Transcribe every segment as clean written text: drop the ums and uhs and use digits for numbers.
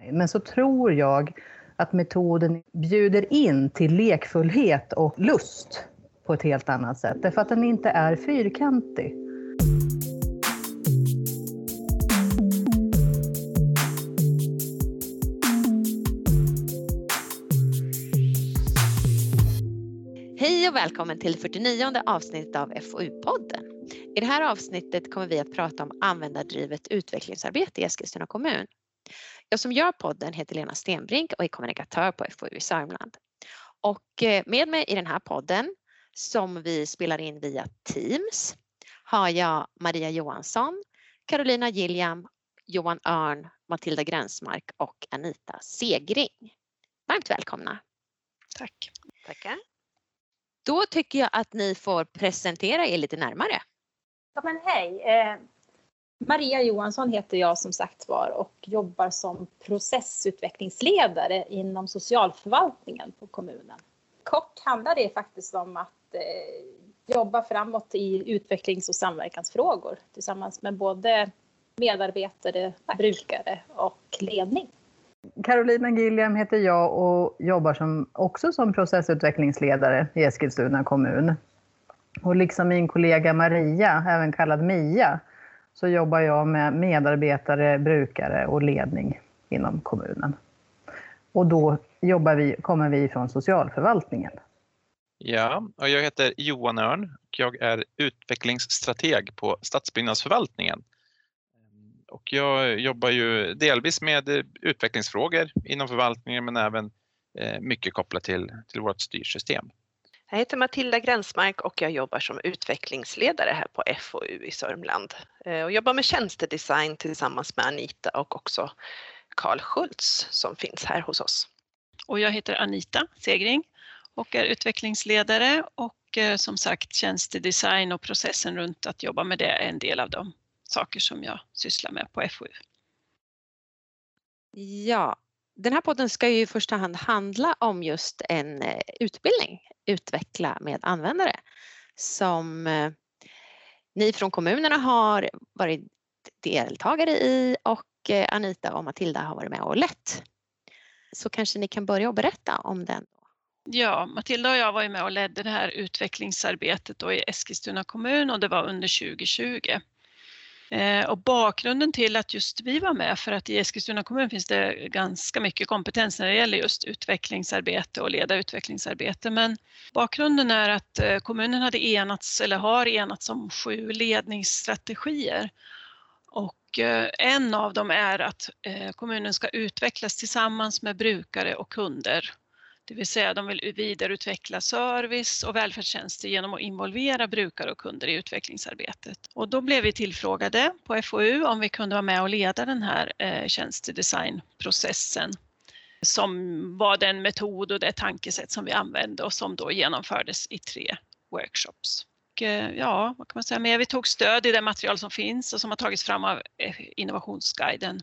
Men så tror jag att metoden bjuder in till lekfullhet och lust på ett helt annat sätt. Därför att den inte är fyrkantig. Hej och välkommen till 49:e avsnittet av FoU-podden. I det här avsnittet kommer vi att prata om användardrivet utvecklingsarbete i Eskilstuna kommun. Jag som gör podden heter Lena Stenbrink och är kommunikatör på FoU i Sörmland. Och med mig i den här podden, som vi spelar in via Teams, har jag Maria Johansson, Carolina Gilliam, Johan Örn, Matilda Gränsmark och Anita Segring. Varmt välkomna. Tack. Tackar. Då tycker jag att ni får presentera er lite närmare. Ja, men hej. Maria Johansson heter jag som sagt var och jobbar som processutvecklingsledare inom socialförvaltningen på kommunen. Kort handlar det faktiskt om att jobba framåt i utvecklings- och samverkansfrågor tillsammans med både medarbetare, brukare och ledning. Carolina Gilliam heter jag och jobbar också som processutvecklingsledare i Eskilstuna kommun. Och liksom min kollega Maria, även kallad Mia, så jobbar jag med medarbetare, brukare och ledning inom kommunen. Och då kommer vi från socialförvaltningen. Ja, och jag heter Johan Örn och jag är utvecklingsstrateg på stadsbyggnadsförvaltningen. Och jag jobbar ju delvis med utvecklingsfrågor inom förvaltningen men även mycket kopplat till vårt styrsystem. Jag heter Matilda Gränsmark och jag jobbar som utvecklingsledare här på FoU i Sörmland. Och jobbar med tjänstedesign tillsammans med Anita och också Karl Schultz som finns här hos oss. Och jag heter Anita Segring och är utvecklingsledare och som sagt tjänstedesign och processen runt att jobba med det är en del av de saker som jag sysslar med på FoU. Ja, den här podden ska ju i första hand handla om just en utbildning, utveckla med användare, som ni från kommunerna har varit deltagare i och Anita och Matilda har varit med och lett. Så kanske ni kan börja och berätta om den. Ja, Matilda och jag var ju med och ledde det här utvecklingsarbetet då i Eskilstuna kommun och det var under 2020. Och bakgrunden till att just vi var med, för att i Eskilstuna kommun finns det ganska mycket kompetens när det gäller just utvecklingsarbete och leda utvecklingsarbete. Men bakgrunden är att kommunen har enats om 7 ledningsstrategier. Och en av dem är att kommunen ska utvecklas tillsammans med brukare och kunder. Det vill säga de vill vidareutveckla service och välfärdstjänster genom att involvera brukare och kunder i utvecklingsarbetet. Och då blev vi tillfrågade på FoU om vi kunde vara med och leda den här tjänstedesignprocessen. Som var den metod och det tankesätt som vi använde och som då genomfördes i 3 workshops. Och ja, vad kan man säga mer? Vi tog stöd i det material som finns och som har tagits fram av Innovationsguiden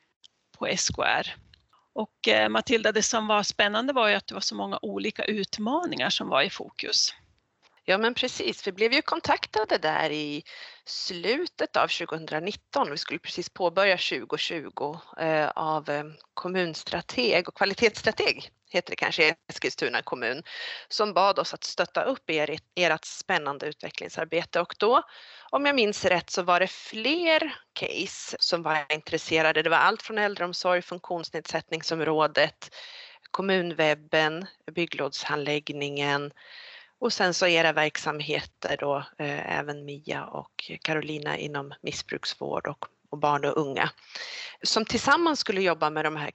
på SKR. Och Matilda, det som var spännande var ju att det var så många olika utmaningar som var i fokus. Ja men precis, vi blev ju kontaktade där i slutet av 2019. Vi skulle precis påbörja 2020 av kommunstrateg och kvalitetsstrateg heter det kanske i Eskilstuna kommun, som bad oss att stötta upp ert spännande utvecklingsarbete. Och då, om jag minns rätt, så var det fler case som var intresserade. Det var allt från äldreomsorg, funktionsnedsättningsområdet, kommunwebben, bygglovshandläggningen och sen så era verksamheter då, även Mia och Carolina inom missbruksvård och barn och unga, som tillsammans skulle jobba med de här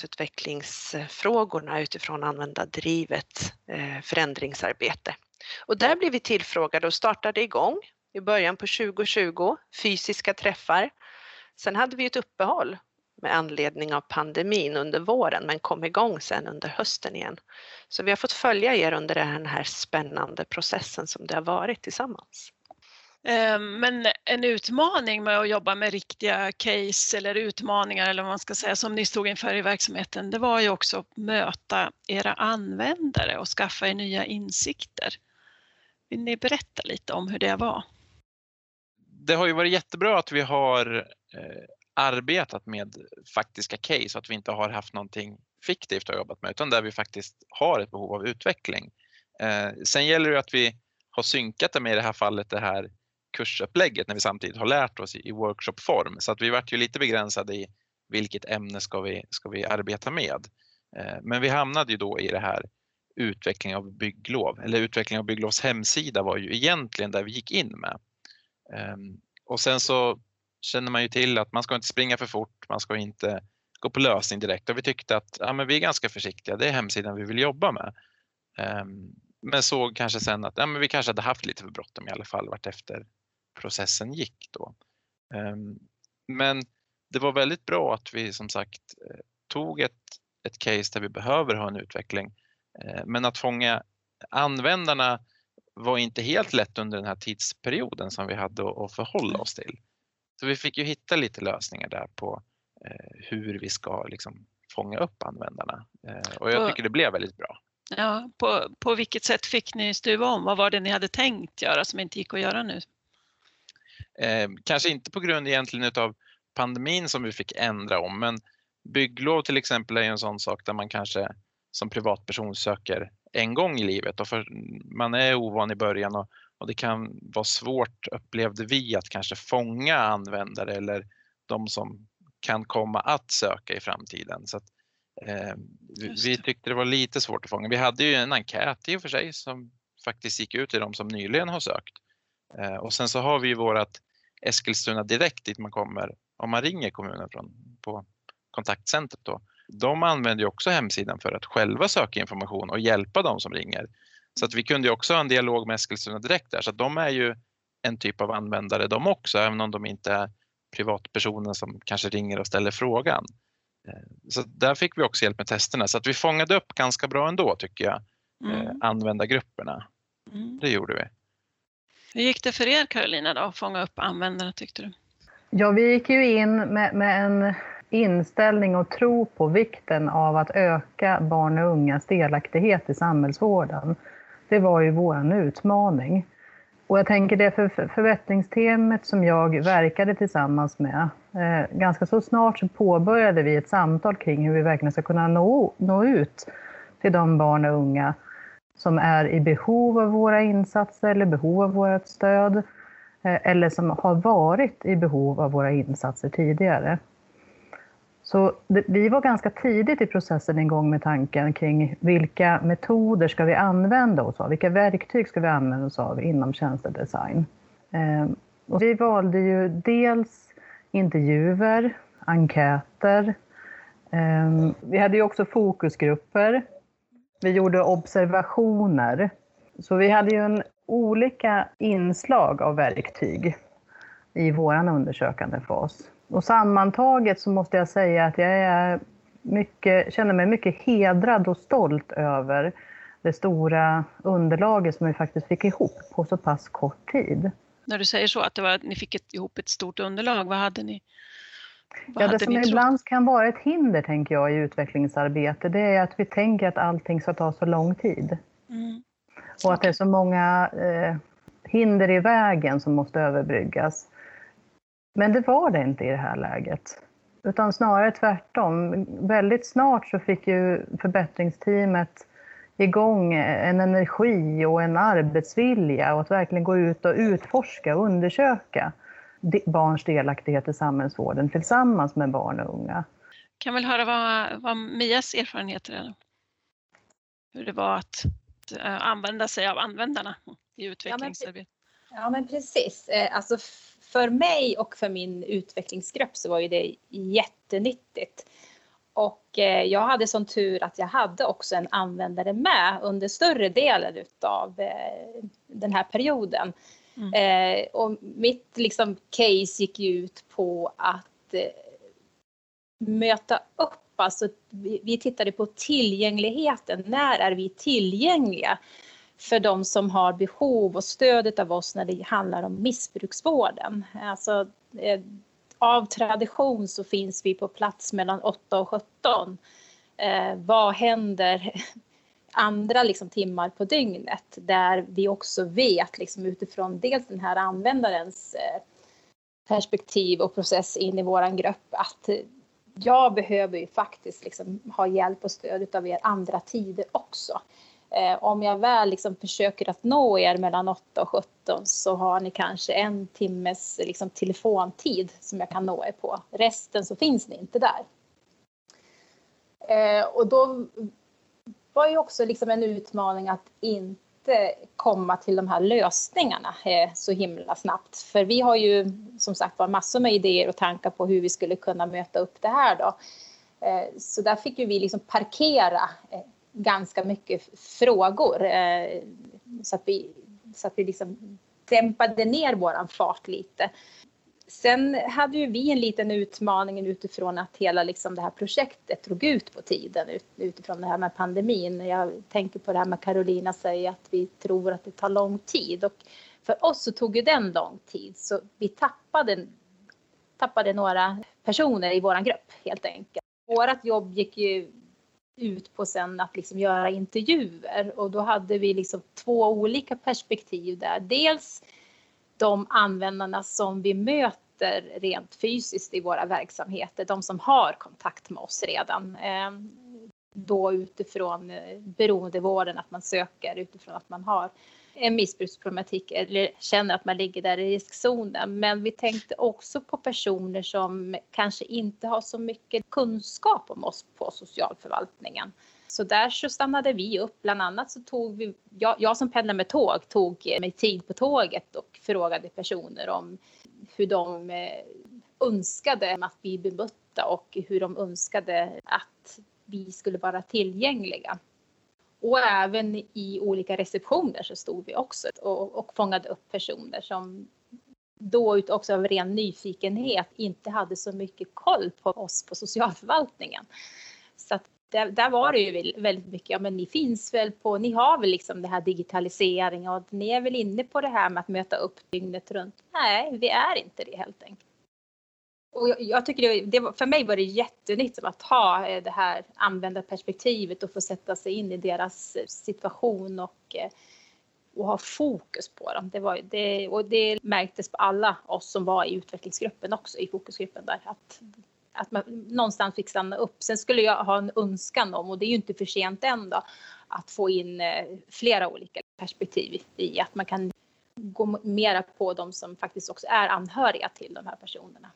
kvalitetsutvecklingsfrågorna utifrån användardrivet förändringsarbete. Och där blev vi tillfrågade och startade igång i början på 2020, fysiska träffar. Sen hade vi ett uppehåll med anledning av pandemin under våren, men kom igång sen under hösten igen. Så vi har fått följa er under den här spännande processen som det har varit tillsammans. Men en utmaning med att jobba med riktiga case eller utmaningar eller vad man ska säga som ni stod inför i verksamheten, det var ju också att möta era användare och skaffa er nya insikter. Vill ni berätta lite om hur det var? Det har ju varit jättebra att vi har arbetat med faktiska case, så att vi inte har haft någonting fiktivt att jobbat med, utan där vi faktiskt har ett behov av utveckling. Sen gäller det att vi har synkat det med, i det här fallet, det här kursupplägget när vi samtidigt har lärt oss i workshopform. Så att vi vart ju lite begränsade i vilket ämne ska vi arbeta med. Men vi hamnade ju då i det här utveckling av bygglov, eller utveckling av bygglovs hemsida var ju egentligen där vi gick in med. Och sen så känner man ju till att man ska inte springa för fort, man ska inte gå på lösning direkt. Och vi tyckte att men vi är ganska försiktiga, det är hemsidan vi vill jobba med. Men såg kanske sen att men vi kanske hade haft lite för bråttom i alla fall vart efter processen gick då. Men det var väldigt bra att vi som sagt tog ett case där vi behöver ha en utveckling. Men att fånga användarna var inte helt lätt under den här tidsperioden som vi hade att förhålla oss till. Så vi fick ju hitta lite lösningar där på hur vi ska liksom fånga upp användarna. Och jag tycker det blev väldigt bra. Ja, på vilket sätt fick ni stuva om? Vad var det ni hade tänkt göra som inte gick att göra nu? Kanske inte på grund egentligen av pandemin som vi fick ändra om, men bygglov till exempel är ju en sån sak där man kanske som privatperson söker en gång i livet, och man är ovan i början och det kan vara svårt, upplevde vi, att kanske fånga användare eller de som kan komma att söka i framtiden. Så att, vi tyckte det var lite svårt att fånga. Vi hade ju en enkät i och för sig som faktiskt gick ut till de som nyligen har sökt. Och sen så har vi ju vårat Eskilstuna Direkt dit man kommer om man ringer kommunen på kontaktcentret då. De använder ju också hemsidan för att själva söka information och hjälpa de som ringer. Så att vi kunde ju också ha en dialog med Eskilstuna Direkt där. Så att de är ju en typ av användare de också, även om de inte är privatpersoner som kanske ringer och ställer frågan. Så där fick vi också hjälp med testerna. Så att vi fångade upp ganska bra ändå, tycker jag, användargrupperna. Det gjorde vi. Hur gick det för er, Carolina, då, att fånga upp användarna, tyckte du? Ja, vi gick ju in med en inställning och tro på vikten av att öka barn och ungas delaktighet i samhällsvården. Det var ju vår utmaning. Och jag tänker det förbättringsteamet som jag verkade tillsammans med. Ganska så snart så påbörjade vi ett samtal kring hur vi verkligen ska kunna nå ut till de barn och unga som är i behov av våra insatser eller behov av vårt stöd. Eller som har varit i behov av våra insatser tidigare. Så vi var ganska tidigt i processen igång med tanken kring vilka metoder ska vi använda oss av, vilka verktyg ska vi använda oss av inom tjänstedesign. Och vi valde ju dels intervjuer, enkäter, vi hade ju också fokusgrupper, vi gjorde observationer. Så vi hade ju olika inslag av verktyg i våran undersökande fas. Och sammantaget så måste jag säga att jag känner mig mycket hedrad och stolt över det stora underlaget som vi faktiskt fick ihop på så pass kort tid. När du säger så, att ni fick ihop ett stort underlag, vad hade ni? Det som ibland kan vara ett hinder, tänker jag, i utvecklingsarbete, det är att vi tänker att allting ska ta så lång tid. Och att det är så många hinder i vägen som måste överbryggas. Men det var det inte i det här läget. Utan snarare tvärtom. Väldigt snart så fick ju förbättringsteamet igång en energi och en arbetsvilja. Och att verkligen gå ut och utforska och undersöka barns delaktighet i samhällsvården tillsammans med barn och unga. Kan väl höra vad Mias erfarenheter är? Hur det var att använda sig av användarna i utvecklingsarbetet. Ja men precis. Alltså för mig och för min utvecklingsgrupp så var ju det jättenyttigt. Och jag hade sån tur att jag hade också en användare med under större delen av den här perioden. Och mitt liksom case gick ut på att möta upp. Alltså, vi tittade på tillgängligheten. När är vi tillgängliga för de som har behov och stödet av oss när det handlar om missbruksvården? Alltså, av tradition så finns vi på plats mellan 8 och 17. Vad händer andra liksom timmar på dygnet? Där vi också vet liksom utifrån dels den här användarens perspektiv och process in i våran grupp, att jag behöver ju faktiskt liksom ha hjälp och stöd av er andra tider också. Om jag väl liksom försöker att nå er mellan 8 och 17 så har ni kanske 1 timmes liksom telefontid som jag kan nå er på. Resten så finns ni inte där. Och då var ju också liksom en utmaning att inte komma till de här lösningarna så himla snabbt. För vi har ju som sagt var massor med idéer och tankar på hur vi skulle kunna möta upp det här då. Så där fick ju vi liksom parkera ganska mycket frågor så att vi liksom dämpade ner våran fart lite. Sen hade ju vi en liten utmaning utifrån att hela liksom det här projektet drog ut på tiden utifrån det här med pandemin. Jag tänker på det här med Carolina säger att vi tror att det tar lång tid, och för oss så tog ju den lång tid, så vi tappade några personer i våran grupp helt enkelt. Vårat jobb gick ju ut på sen att liksom göra intervjuer, och då hade vi liksom 2 olika perspektiv där. Dels de användarna som vi möter rent fysiskt i våra verksamheter, de som har kontakt med oss redan. Då utifrån beroendevården, att man söker utifrån att man har en missbruksproblematik eller känner att man ligger där i riskzonen. Men vi tänkte också på personer som kanske inte har så mycket kunskap om oss på socialförvaltningen. Så där så stannade vi upp. Bland annat så tog vi, jag som pendlar med tåg tog mig tid på tåget och frågade personer om hur de önskade att bli bemötta och hur de önskade att vi skulle vara tillgängliga. Och även i olika receptioner så stod vi också och fångade upp personer som då också av ren nyfikenhet inte hade så mycket koll på oss på socialförvaltningen. Så att där var det ju väldigt mycket, ja men ni har väl liksom det här digitaliseringen och ni är väl inne på det här med att möta upp dygnet runt. Nej, vi är inte det helt enkelt. Och jag tycker för mig var det jättenyttigt att ha det här användarperspektivet och få sätta sig in i deras situation och ha fokus på dem. Det märktes på alla oss som var i utvecklingsgruppen också, i fokusgruppen där, att man någonstans fick stanna upp. Sen skulle jag ha en önskan om, och det är ju inte för sent än då, att få in flera olika perspektiv i att man kan gå mera på de som faktiskt också är anhöriga till de här personerna.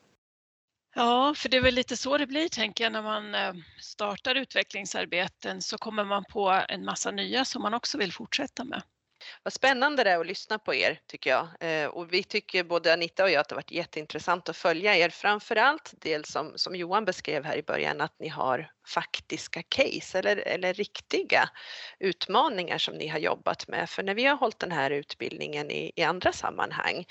Ja, för det är väl lite så det blir, tänker jag, när man startar utvecklingsarbeten så kommer man på en massa nya som man också vill fortsätta med. Vad spännande det är att lyssna på er, tycker jag. Och vi tycker, både Anita och jag, att det har varit jätteintressant att följa er. Framförallt det som Johan beskrev här i början, att ni har faktiska case eller riktiga utmaningar som ni har jobbat med. För när vi har hållit den här utbildningen i andra sammanhang,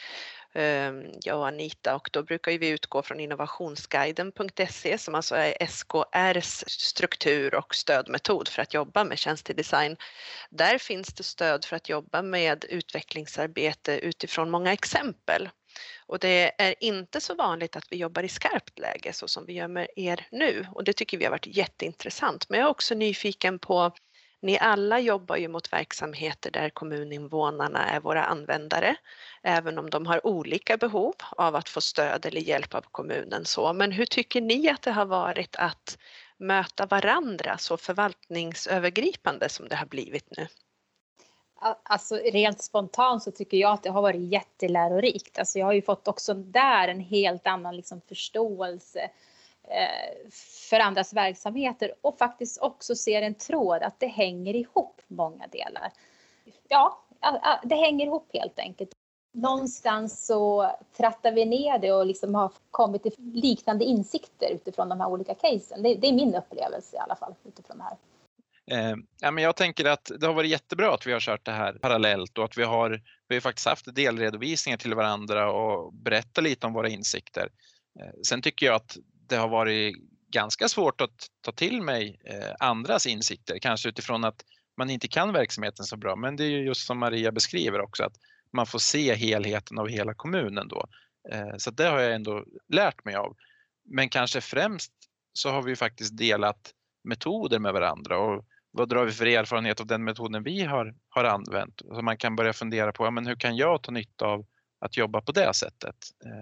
jag och Anita, och då brukar vi utgå från innovationsguiden.se som alltså är SKRs struktur och stödmetod för att jobba med tjänstedesign. Där finns det stöd för att jobba med utvecklingsarbete utifrån många exempel. Och det är inte så vanligt att vi jobbar i skarpt läge så som vi gör med er nu, och det tycker vi har varit jätteintressant. Men jag är också nyfiken på, ni alla jobbar ju mot verksamheter där kommuninvånarna är våra användare, även om de har olika behov av att få stöd eller hjälp av kommunen. Men hur tycker ni att det har varit att möta varandra så förvaltningsövergripande som det har blivit nu? Alltså rent spontant så tycker jag att det har varit jättelärorikt. Alltså jag har ju fått också där en helt annan liksom förståelse för andras verksamheter och faktiskt också ser en tråd att det hänger ihop många delar. Ja, det hänger ihop helt enkelt. Någonstans så trattar vi ner det och liksom har kommit till liknande insikter utifrån de här olika casen. Det är min upplevelse i alla fall utifrån det här. Men jag tänker att det har varit jättebra att vi har kört det här parallellt och att vi har faktiskt haft delredovisningar till varandra och berättat lite om våra insikter. Sen tycker jag att det har varit ganska svårt att ta till mig andras insikter, kanske utifrån att man inte kan verksamheten så bra, men det är ju just som Maria beskriver också, att man får se helheten av hela kommunen då. Så det har jag ändå lärt mig av. Men kanske främst så har vi faktiskt delat metoder med varandra, och vad drar vi för erfarenhet av den metoden vi har använt? Så man kan börja fundera på, men hur kan jag ta nytta av att jobba på det sättet?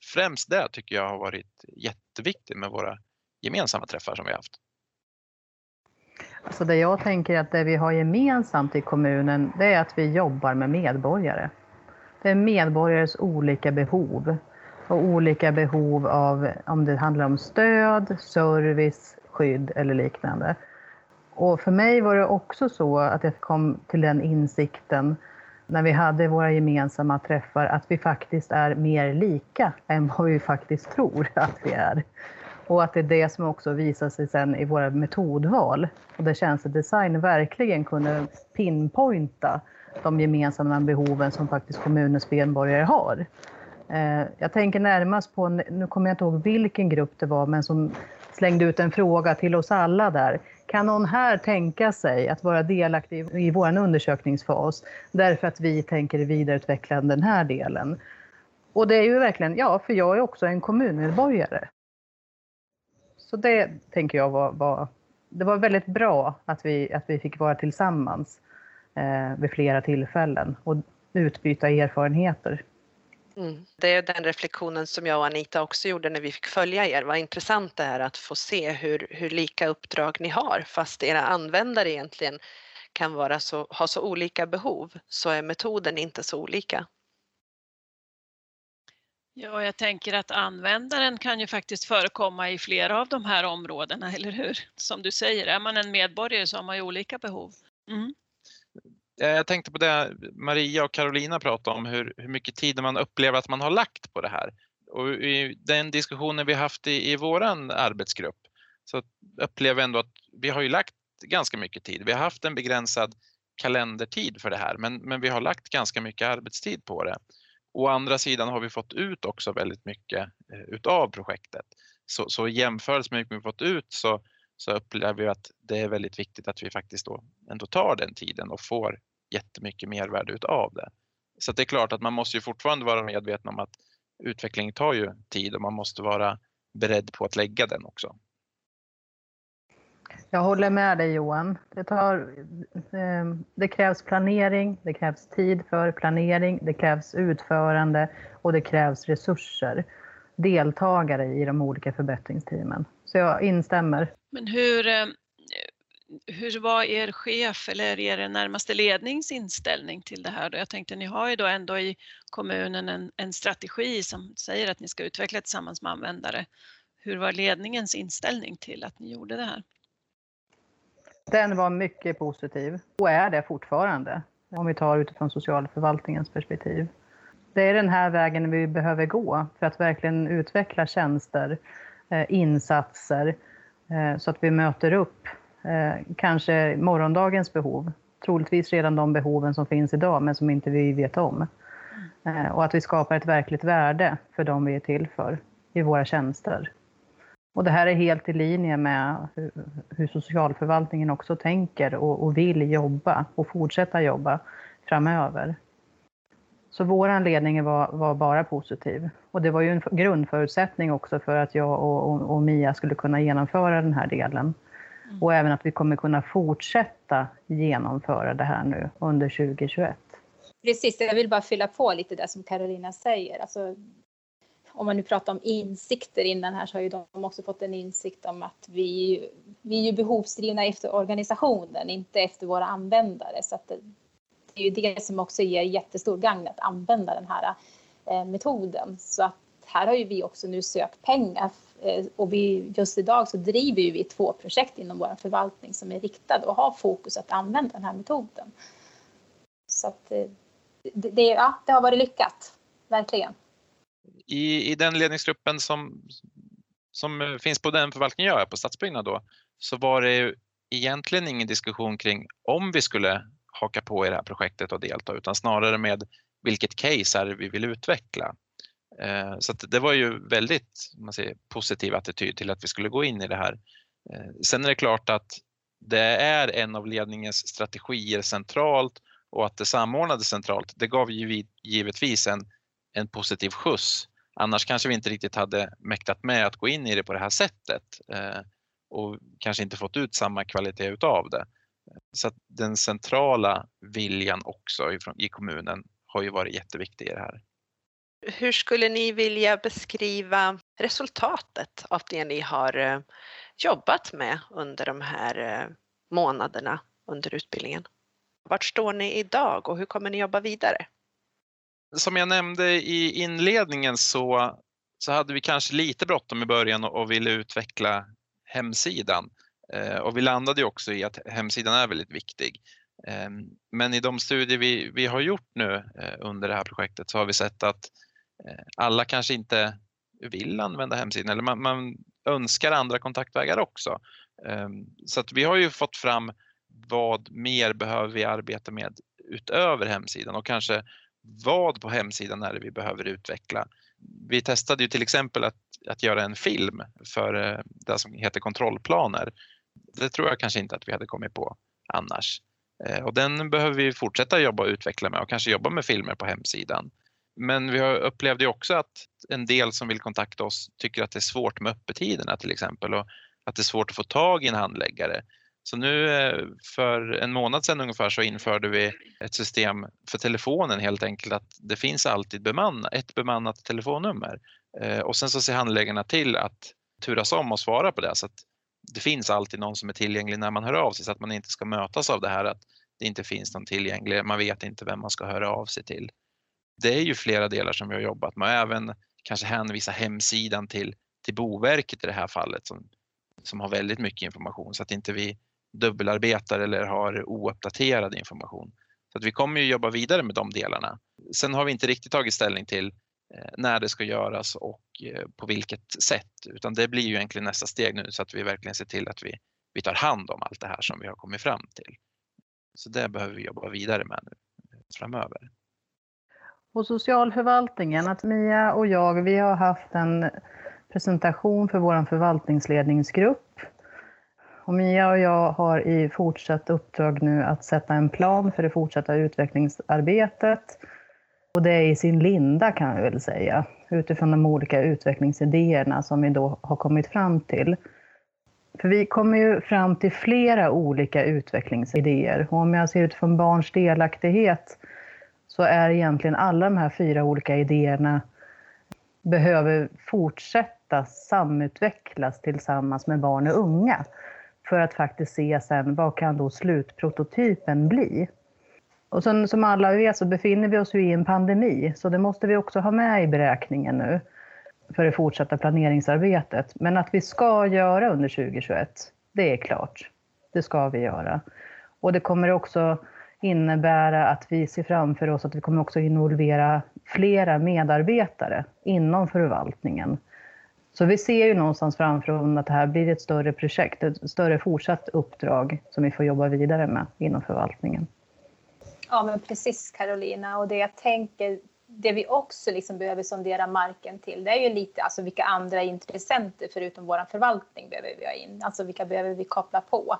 främst det tycker jag har varit jätteviktigt med våra gemensamma träffar som vi har haft. Alltså det jag tänker att det vi har gemensamt i kommunen, det är att vi jobbar med medborgare. Det är medborgares olika behov och olika behov av om det handlar om stöd, service, skydd eller liknande. Och för mig var det också så att jag kom till den insikten när vi hade våra gemensamma träffar att vi faktiskt är mer lika än vad vi faktiskt tror att vi är. Och att det är det som också visar sig sen i våra metodval. Och det känns att design verkligen kunde pinpointa de gemensamma behoven som faktiskt kommunens medborgare har. Jag tänker närmast på, nu kommer jag inte ihåg vilken grupp det var, men som slängde ut en fråga till oss alla där. Kan någon här tänka sig att vara delaktig i vår undersökningsfas därför att vi tänker vidareutveckla den här delen? Och det är ju verkligen, ja, för jag är också en kommunmedborgare. Så det tänker jag det var väldigt bra att vi fick vara tillsammans vid flera tillfällen och utbyta erfarenheter. Det är den reflektionen som jag och Anita också gjorde när vi fick följa er. Vad intressant det är att få se hur lika uppdrag ni har, fast era användare egentligen kan ha så olika behov, så är metoden inte så olika. Ja, jag tänker att användaren kan ju faktiskt förekomma i flera av de här områdena, eller hur? Som du säger, är man en medborgare så har man ju olika behov. Jag tänkte på det Maria och Carolina pratade om, hur mycket tid man upplever att man har lagt på det här. Och i den diskussionen vi haft i våran arbetsgrupp så upplever jag ändå att vi har ju lagt ganska mycket tid. Vi har haft en begränsad kalendertid för det här, men vi har lagt ganska mycket arbetstid på det. Å andra sidan har vi fått ut också väldigt mycket utav projektet. Så jämfört med hur mycket vi fått ut så upplever vi att det är väldigt viktigt att vi faktiskt då ändå tar den tiden och får jättemycket mervärde utav det. Så det är klart att man måste ju fortfarande vara medveten om att utveckling tar ju tid och man måste vara beredd på att lägga den också. Jag håller med dig Johan. Det krävs planering, det krävs tid för planering, det krävs utförande och det krävs resurser. Deltagare i de olika förbättringsteamen. Så jag instämmer. Men hur var er chef eller er närmaste lednings inställning till det här då? Jag tänkte ni har ju då ändå i kommunen en strategi som säger att ni ska utveckla tillsammans med användare. Hur var ledningens inställning till att ni gjorde det här? Den var mycket positiv och är det fortfarande om vi tar utifrån socialförvaltningens perspektiv. Det är den här vägen vi behöver gå för att verkligen utveckla tjänster, insatser så att vi möter upp kanske morgondagens behov. Troligtvis redan de behoven som finns idag men som inte vi vet om. Och att vi skapar ett verkligt värde för dem vi är till för i våra tjänster. Och det här är helt i linje med hur socialförvaltningen också tänker och vill jobba och fortsätta jobba framöver. Så vår ledning var bara positiv. Och det var ju en grundförutsättning också för att jag och Mia skulle kunna genomföra den här delen. Och även att vi kommer kunna fortsätta genomföra det här nu under 2021. Precis, jag vill bara fylla på lite det som Carolina säger. Alltså, om man nu pratar om insikter innan här så har ju de också fått en insikt om att vi är ju behovsdrivna efter organisationen, inte efter våra användare. Så att det är ju det som också ger jättestor gagn att använda den här metoden. Så att här har ju vi också nu sökt pengar och just idag så driver vi 2 projekt inom vår förvaltning som är riktade och har fokus att använda den här metoden. Så att det har varit lyckat, verkligen. I den ledningsgruppen som finns på den förvaltningen jag är på Stadsbyggnad då, så var det ju egentligen ingen diskussion kring om vi skulle haka på i det här projektet och delta, utan snarare med vilket case är vi vill utveckla. Så att det var ju väldigt positiv attityd till att vi skulle gå in i det här. Sen är det klart att det är en av ledningens strategier centralt och att det samordnade centralt, det gav ju givetvis en positiv skjuts. Annars kanske vi inte riktigt hade mäktat med att gå in i det på det här sättet och kanske inte fått ut samma kvalitet utav det. Så att den centrala viljan också i kommunen har ju varit jätteviktig i det här. Hur skulle ni vilja beskriva resultatet av det ni har jobbat med under de här månaderna under utbildningen? Vart står ni idag och hur kommer ni jobba vidare? Som jag nämnde i inledningen så hade vi kanske lite bråttom i början och ville utveckla hemsidan. Och vi landade ju också i att hemsidan är väldigt viktig. Men i de studier vi har gjort nu under det här projektet så har vi sett att alla kanske inte vill använda hemsidan eller man önskar andra kontaktvägar också. Så att vi har ju fått fram vad mer behöver vi arbeta med utöver hemsidan och kanske vad på hemsidan är det vi behöver utveckla. Vi testade ju till exempel att göra en film för det som heter kontrollplaner. Det tror jag kanske inte att vi hade kommit på annars. Och den behöver vi fortsätta jobba och utveckla med och kanske jobba med filmer på hemsidan. Men vi upplevde ju också att en del som vill kontakta oss tycker att det är svårt med öppettiderna till exempel och att det är svårt att få tag i en handläggare. Så nu för en månad sedan ungefär så införde vi ett system för telefonen helt enkelt att det finns alltid ett bemannat telefonnummer. Och sen så ser handläggarna till att turas om och svara på det så att det finns alltid någon som är tillgänglig när man hör av sig så att man inte ska mötas av det här att det inte finns någon tillgänglig, man vet inte vem man ska höra av sig till. Det är ju flera delar som vi har jobbat med, även kanske hänvisa hemsidan till Boverket i det här fallet som har väldigt mycket information så att inte vi dubbelarbetar eller har ouppdaterad information. Så att vi kommer ju jobba vidare med de delarna. Sen har vi inte riktigt tagit ställning till när det ska göras och på vilket sätt, utan det blir ju egentligen nästa steg nu så att vi verkligen ser till att vi tar hand om allt det här som vi har kommit fram till. Så det behöver vi jobba vidare med nu framöver. Och socialförvaltningen, att Mia och vi har haft en presentation för vår förvaltningsledningsgrupp. Och Mia och jag har i fortsatt uppdrag nu att sätta en plan för det fortsatta utvecklingsarbetet. Och det är i sin linda kan vi väl säga, utifrån de olika utvecklingsidéerna som vi då har kommit fram till. För vi kommer ju fram till flera olika utvecklingsidéer. Och om jag ser utifrån barns delaktighet så är egentligen alla de här 4 olika idéerna behöver fortsätta samutvecklas tillsammans med barn och unga. För att faktiskt se sen vad kan då slutprototypen bli. Och sen, som alla vet så befinner vi oss ju i en pandemi. Så det måste vi också ha med i beräkningen nu. För det fortsatta planeringsarbetet. Men att vi ska göra under 2021, det är klart. Det ska vi göra. Och det kommer också innebära att vi ser framför oss att vi kommer också involvera flera medarbetare inom förvaltningen. Så vi ser ju någonstans framför oss att det här blir ett större projekt, ett större fortsatt uppdrag som vi får jobba vidare med inom förvaltningen. Ja men precis Carolina, och det jag tänker, det vi också liksom behöver sondera marken till, det är ju lite alltså vilka andra intressenter förutom vår förvaltning behöver vi ha in, alltså vilka behöver vi koppla på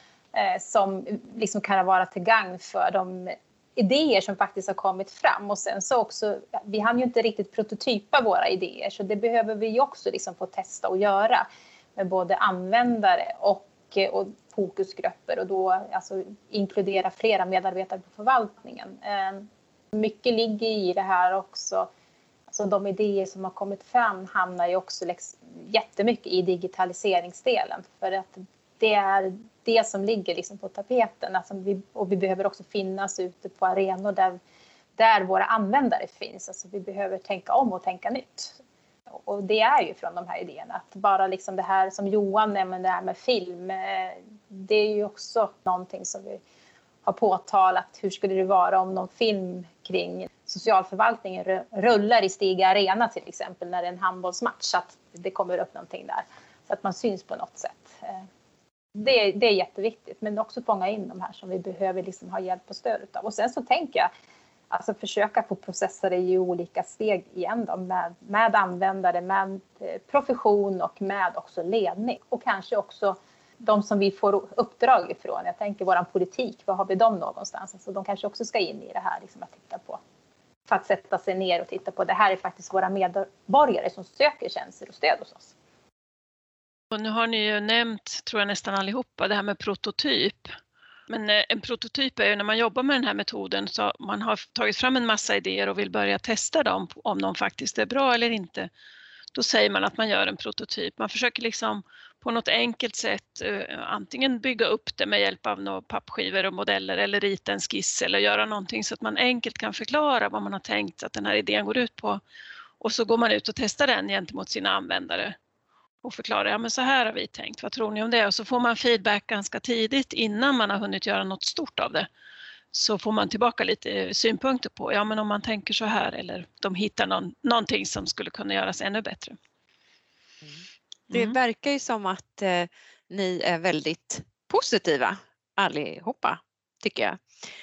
som liksom kan vara till gagn för de idéer som faktiskt har kommit fram. Och sen så också, vi hann ju inte riktigt prototypa våra idéer så det behöver vi också liksom få testa och göra med både användare och fokusgrupper och då alltså inkludera flera medarbetare på förvaltningen. Mycket ligger i det här också. Alltså de idéer som har kommit fram hamnar ju också jättemycket i digitaliseringsdelen för att det är det som ligger liksom på tapeten. Alltså vi behöver också finnas ute på arenor där våra användare finns. Alltså vi behöver tänka om och tänka nytt. Och det är ju från de här idéerna. Att bara liksom det här som Johan nämnde, det här med film. Det är ju också någonting som vi har påtalat. Hur skulle det vara om någon film kring socialförvaltningen rullar i Stiga Arena till exempel när det är en handbollsmatch. Så att det kommer upp någonting där. Så att man syns på något sätt. Det är jätteviktigt, men också fånga in de här som vi behöver liksom ha hjälp och stöd av. Och sen så tänker jag, alltså försöka få processa det i olika steg igen då, med användare, med profession och med också ledning. Och kanske också de som vi får uppdrag ifrån. Jag tänker våran politik, var har vi dem någonstans? Alltså de kanske också ska in i det här liksom att titta på. För att sätta sig ner och titta på, det här är faktiskt våra medborgare som söker tjänster och stöd hos oss. Och nu har ni ju nämnt, tror jag nästan allihopa, det här med prototyp. Men en prototyp är ju när man jobbar med den här metoden så man har tagit fram en massa idéer och vill börja testa dem om de faktiskt är bra eller inte. Då säger man att man gör en prototyp. Man försöker liksom på något enkelt sätt antingen bygga upp det med hjälp av några pappskivor och modeller eller rita en skiss eller göra någonting så att man enkelt kan förklara vad man har tänkt att den här idén går ut på. Och så går man ut och testar den gentemot sina användare och förklarar, ja men så här har vi tänkt, vad tror ni om det? Och så får man feedback ganska tidigt innan man har hunnit göra något stort av det. Så får man tillbaka lite synpunkter på, ja men om man tänker så här eller de hittar någonting som skulle kunna göras ännu bättre. Det verkar ju som att ni är väldigt positiva allihopa, tycker jag.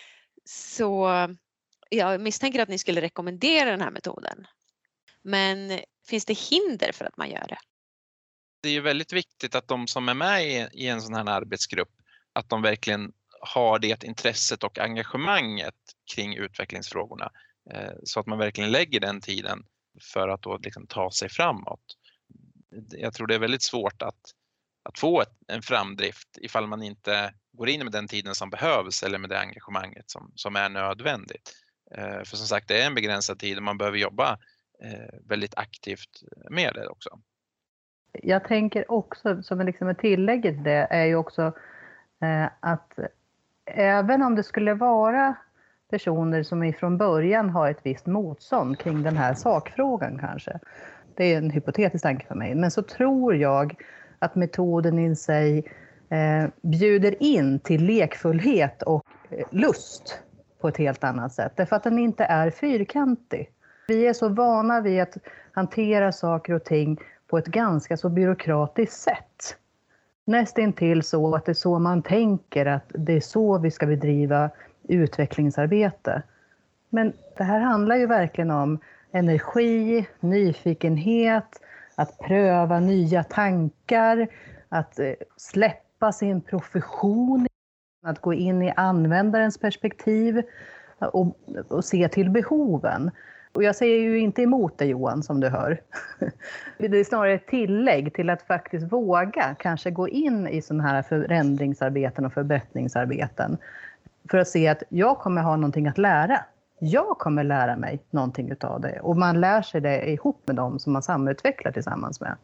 Så jag misstänker att ni skulle rekommendera den här metoden. Men finns det hinder för att man gör det? Det är ju väldigt viktigt att de som är med i en sån här arbetsgrupp, att de verkligen har det intresset och engagemanget kring utvecklingsfrågorna. Så att man verkligen lägger den tiden för att då liksom ta sig framåt. Jag tror det är väldigt svårt att få en framdrift ifall man inte går in med den tiden som behövs eller med det engagemanget som är nödvändigt. För som sagt, det är en begränsad tid och man behöver jobba väldigt aktivt med det också. Jag tänker också, som liksom ett tillägg till det, är ju också att även om det skulle vara personer som ifrån början har ett visst motstånd kring den här sakfrågan kanske. Det är en hypotetisk tanke för mig. Men så tror jag att metoden i sig bjuder in till lekfullhet och lust på ett helt annat sätt. Därför att den inte är fyrkantig. Vi är så vana vid att hantera saker och ting på ett ganska så byråkratiskt sätt. Nästintill så att det är så man tänker att det är så vi ska bedriva utvecklingsarbete. Men det här handlar ju verkligen om energi, nyfikenhet, att pröva nya tankar, att släppa sin profession, att gå in i användarens perspektiv och se till behoven. Och jag säger ju inte emot det, Johan, som du hör. Det är snarare ett tillägg till att faktiskt våga kanske gå in i sådana här förändringsarbeten och förbättringsarbeten. För att se att jag kommer ha någonting att lära. Jag kommer lära mig någonting utav det. Och man lär sig det ihop med dem som man samutvecklar tillsammans med.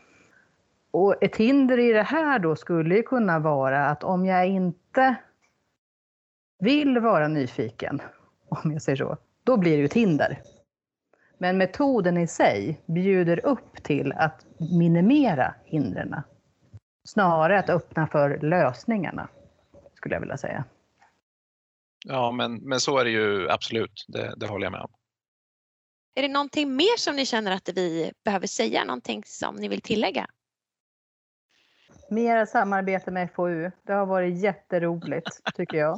Och ett hinder i det här då skulle ju kunna vara att om jag inte vill vara nyfiken, om jag säger så, då blir det ju ett hinder. Men metoden i sig bjuder upp till att minimera hindren. Snarare att öppna för lösningarna, skulle jag vilja säga. Ja, men så är det ju absolut. Det håller jag med om. Är det någonting mer som ni känner att vi behöver säga? Någonting som ni vill tillägga? Mera samarbete med FoU. Det har varit jätteroligt, tycker jag.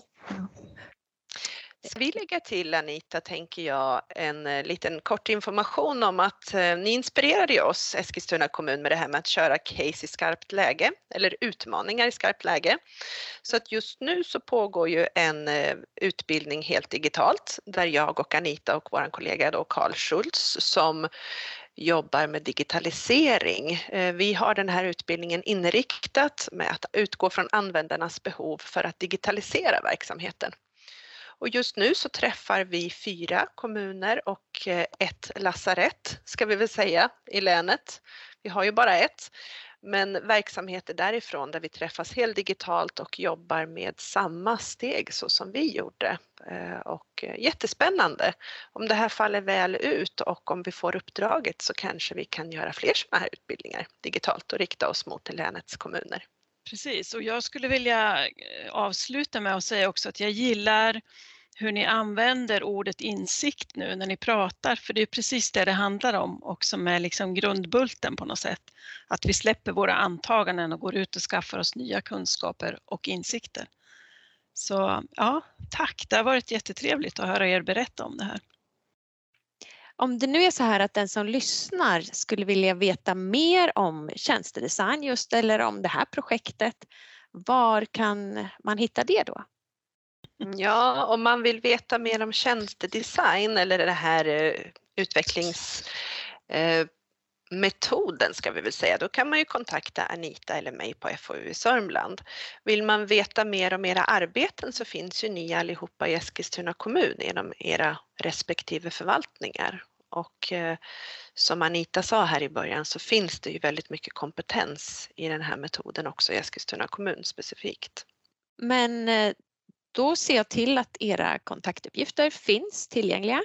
Vi lägger till, Anita, tänker jag, en liten kort information om att ni inspirerade oss, Eskilstuna kommun, med det här med att köra case i skarpt läge eller utmaningar i skarpt läge. Så att just nu så pågår ju en utbildning helt digitalt där jag och Anita och vår kollega då Carl Schultz som jobbar med digitalisering. Vi har den här utbildningen inriktat med att utgå från användarnas behov för att digitalisera verksamheten. Och just nu så träffar vi 4 kommuner och ett lasarett, ska vi väl säga, i länet. Vi har ju bara ett, men verksamheter därifrån där vi träffas helt digitalt och jobbar med samma steg så som vi gjorde. Och jättespännande. Om det här faller väl ut och om vi får uppdraget så kanske vi kan göra fler sådana här utbildningar digitalt och rikta oss mot länets kommuner. Precis, och jag skulle vilja avsluta med att säga också att jag gillar hur ni använder ordet insikt nu när ni pratar, för det är precis det handlar om och som är liksom grundbulten på något sätt. Att vi släpper våra antaganden och går ut och skaffar oss nya kunskaper och insikter. Så ja, tack, det har varit jättetrevligt att höra er berätta om det här. Om det nu är så här att den som lyssnar skulle vilja veta mer om tjänstedesign just eller om det här projektet, var kan man hitta det då? Ja, om man vill veta mer om tjänstedesign eller det här metoden ska vi väl säga, då kan man ju kontakta Anita eller mig på FoU i Sörmland. Vill man veta mer om era arbeten så finns ju ni allihopa i Eskilstuna kommun genom era respektive förvaltningar. Och som Anita sa här i början så finns det ju väldigt mycket kompetens i den här metoden också i Eskilstuna kommun specifikt. Men då ser jag till att era kontaktuppgifter finns tillgängliga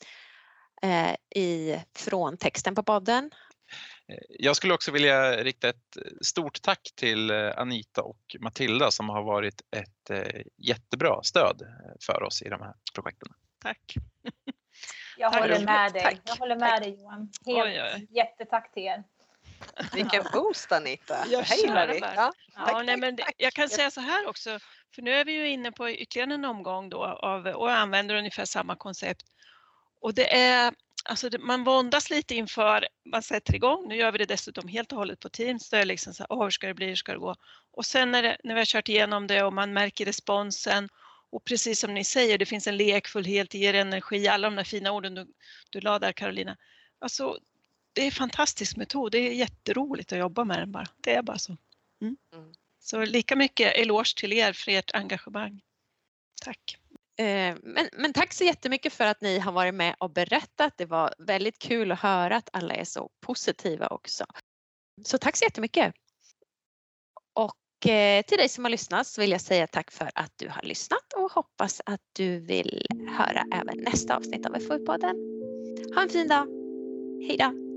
från texten på podden. Jag skulle också vilja rikta ett stort tack till Anita och Matilda som har varit ett jättebra stöd för oss i de här projekten. Tack. Jag Tack. håller med dig. Tack. Jag håller med dig Johan. Jättetack till er. Vilken boost Anita! Jag Hej kör Marie! bara. Ja, Ja, tack, nej, men tack. jag kan säga så här också, för nu är vi ju inne på ytterligare en omgång då och använder ungefär samma koncept. Och det är, alltså man våndas lite inför man sätter igång. Nu gör vi det dessutom helt och hållet på Teams. Det är liksom så här, hur ska det bli, hur ska det gå? Och sen när vi har kört igenom det och man märker responsen och precis som ni säger, det finns en lekfullhet, ger energi, alla de där fina orden du la där Carolina. Alltså det är en fantastisk metod, det är jätteroligt att jobba med den bara. Det är bara så. Så lika mycket eloge till er för ert engagemang. Tack. Men tack så jättemycket för att ni har varit med och berättat. Det var väldigt kul att höra att alla är så positiva också. Så tack så jättemycket. Och till dig som har lyssnat så vill jag säga tack för att du har lyssnat och hoppas att du vill höra även nästa avsnitt av FoU-podden. Ha en fin dag. Hej då!